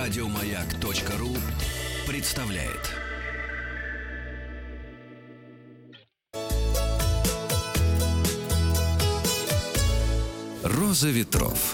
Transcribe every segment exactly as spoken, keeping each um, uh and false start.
Радиомаяк.ру представляет. Роза ветров.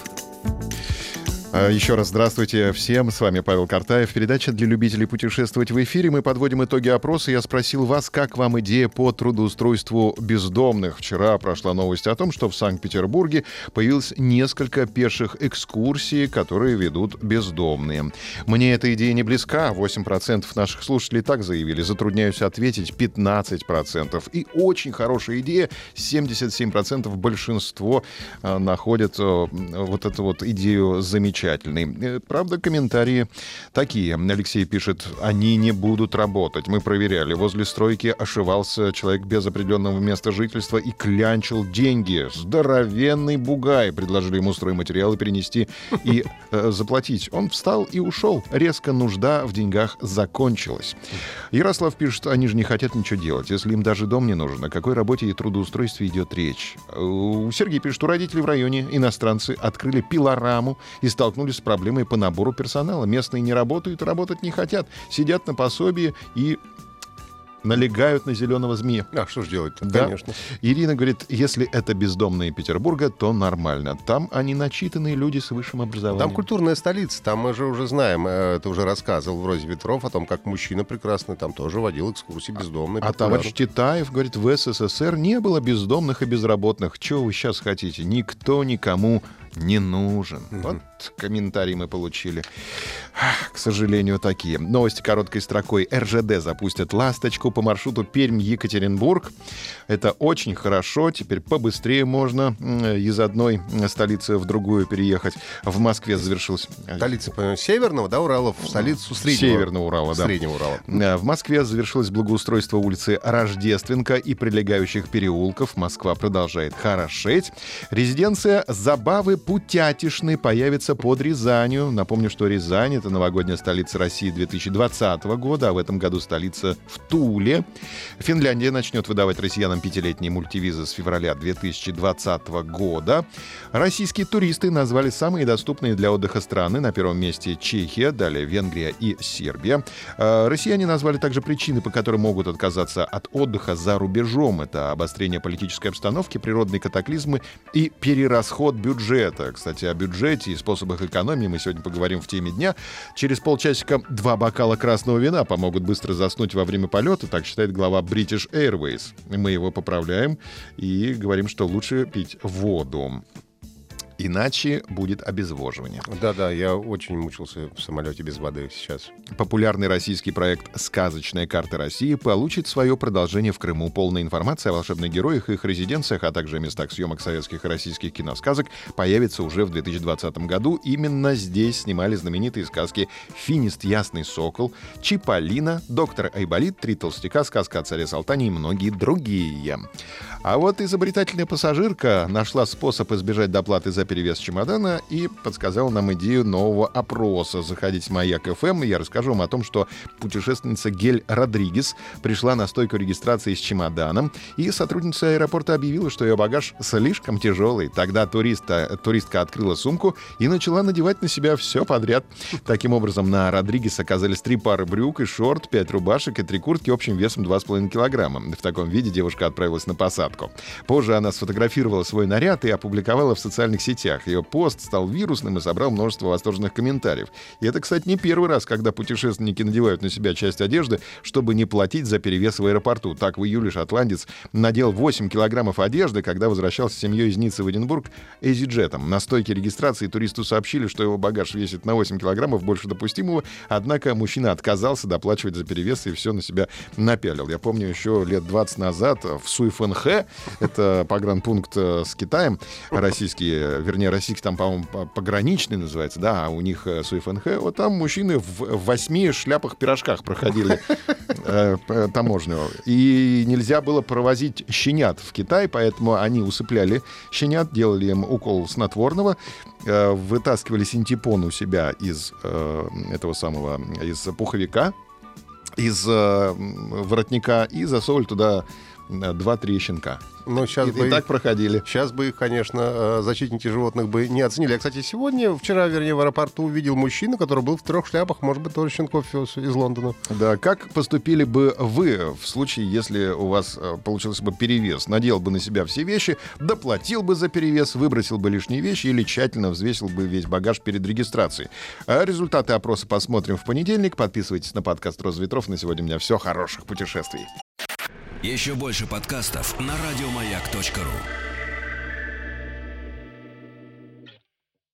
Еще раз здравствуйте всем, с вами Павел Картаев. Передача для любителей путешествовать в эфире. Мы подводим итоги опроса. Я спросил вас, как вам идея по трудоустройству бездомных. Вчера прошла новость о том, что в Санкт-Петербурге появилось несколько пеших экскурсий, которые ведут бездомные. Мне эта идея не близка. восемь процентов наших слушателей так заявили. Затрудняюсь ответить пятнадцать процентов. И очень хорошая идея. семьдесят семь процентов большинство э, находят э, вот эту вот идею замечательной. Правда, комментарии такие. Алексей пишет: они не будут работать. Мы проверяли. Возле стройки ошивался человек без определенного места жительства и клянчил деньги. Здоровенный бугай. Предложили ему стройматериалы перенести и э, заплатить. Он встал и ушел. Резко нужда в деньгах закончилась. Ярослав пишет: они же не хотят ничего делать. Если им даже дом не нужен, о какой работе и трудоустройстве идет речь? Сергей пишет: у родителей в районе иностранцы открыли пилораму и столкнулись с проблемой по набору персонала. Местные не работают, работать не хотят. Сидят на пособии и налегают на зеленого змея. А что ж делать-то? Да. Конечно. Ирина говорит: если это бездомные Петербурга, то нормально. Там они начитанные люди с высшим образованием. Там культурная столица, там мы же уже знаем, это уже рассказывал в «Розе ветров» о том, как мужчина прекрасный там тоже водил экскурсии бездомные. А товарищ Титаев говорит: в СССР не было бездомных и безработных. Чего вы сейчас хотите? Никто никому не нужен. Mm-hmm. Вот комментарии мы получили. К сожалению, такие. Новости короткой строкой. эр жэ дэ запустят «Ласточку» по маршруту Пермь-Екатеринбург. Это очень хорошо. Теперь побыстрее можно из одной столицы в другую переехать. В Москве завершилась... Столица, по-моему, Северного, да, Урала, в столицу Среднего. Северного Урала, да. Среднего Урала. В Москве завершилось благоустройство улицы Рождественка и прилегающих переулков. Москва продолжает хорошеть. Резиденция «Забавы Путятишны» появится под Рязанью. Напомню, что Рязань — это новогодняя столица России две тысячи двадцатого года, а в этом году столица в Туле. Финляндия начнет выдавать россиянам пятилетние мультивизы с февраля две тысячи двадцатого года. Российские туристы назвали самые доступные для отдыха страны. На первом месте Чехия, далее Венгрия и Сербия. Россияне назвали также причины, по которым могут отказаться от отдыха за рубежом. Это обострение политической обстановки, природные катаклизмы и перерасход бюджета. Кстати, о бюджете и способах экономии мы сегодня поговорим в теме дня. Через полчасика два бокала красного вина помогут быстро заснуть во время полета, так считает глава British Airways. Мы его поправляем и говорим, что лучше пить воду. Иначе будет обезвоживание. Да-да, я очень мучился в самолете без воды сейчас. Популярный российский проект «Сказочная карта России» получит свое продолжение в Крыму. Полная информация о волшебных героях, их резиденциях, а также о местах съемок советских и российских киносказок появится уже в две тысячи двадцатом году. Именно здесь снимали знаменитые сказки «Финист Ясный Сокол», «Чиполлино», «Доктор Айболит», «Три толстяка», «Сказка о царе Салтане» и многие другие. А вот изобретательная пассажирка нашла способ избежать доплаты за перевес чемодана и подсказала нам идею нового опроса. Заходите в Маяк эф эм, и я расскажу вам о том, что путешественница Гель Родригес пришла на стойку регистрации с чемоданом, и сотрудница аэропорта объявила, что ее багаж слишком тяжелый. Тогда туриста, туристка открыла сумку и начала надевать на себя все подряд. Таким образом, на Родригес оказались три пары брюк и шорт, пять рубашек и три куртки общим весом два с половиной килограмма. В таком виде девушка отправилась на посадку. Позже она сфотографировала свой наряд и опубликовала в социальных сетях. Ее пост стал вирусным и собрал множество восторженных комментариев. И это, кстати, не первый раз, когда путешественники надевают на себя часть одежды, чтобы не платить за перевес в аэропорту. Так, в июле шотландец надел восемь килограммов одежды, когда возвращался с семьей из Ниццы в Эдинбург EasyJet'ом. На стойке регистрации туристу сообщили, что его багаж весит на восемь килограммов больше допустимого, однако мужчина отказался доплачивать за перевес и все на себя напялил. Я помню, еще лет двадцать назад в Суйфэнхэ, это погранпункт с Китаем, российский, вернее, российский там, по-моему, пограничный называется, да, а у них Суйфэнхэ, вот там мужчины в восьми шляпах-пирожках проходили э, таможню. И нельзя было провозить щенят в Китай, поэтому они усыпляли щенят, делали им укол снотворного, э, вытаскивали синтепон у себя из э, этого самого, из пуховика, из э, воротника и засовывали туда два-три щенка. Ну, сейчас и, бы и их, так проходили. Сейчас бы их, конечно, защитники животных бы не оценили. Я, кстати, сегодня, вчера, вернее, в аэропорту увидел мужчину, который был в трех шляпах, может быть, тоже щенков вез из Лондона. Да, как поступили бы вы в случае, если у вас получился бы перевес? Надел бы на себя все вещи, доплатил бы за перевес, выбросил бы лишние вещи или тщательно взвесил бы весь багаж перед регистрацией? А результаты опроса посмотрим в понедельник. Подписывайтесь на подкаст «Роза ветров». На сегодня у меня все. Хороших путешествий. Еще больше подкастов на радиомаяк точка ру.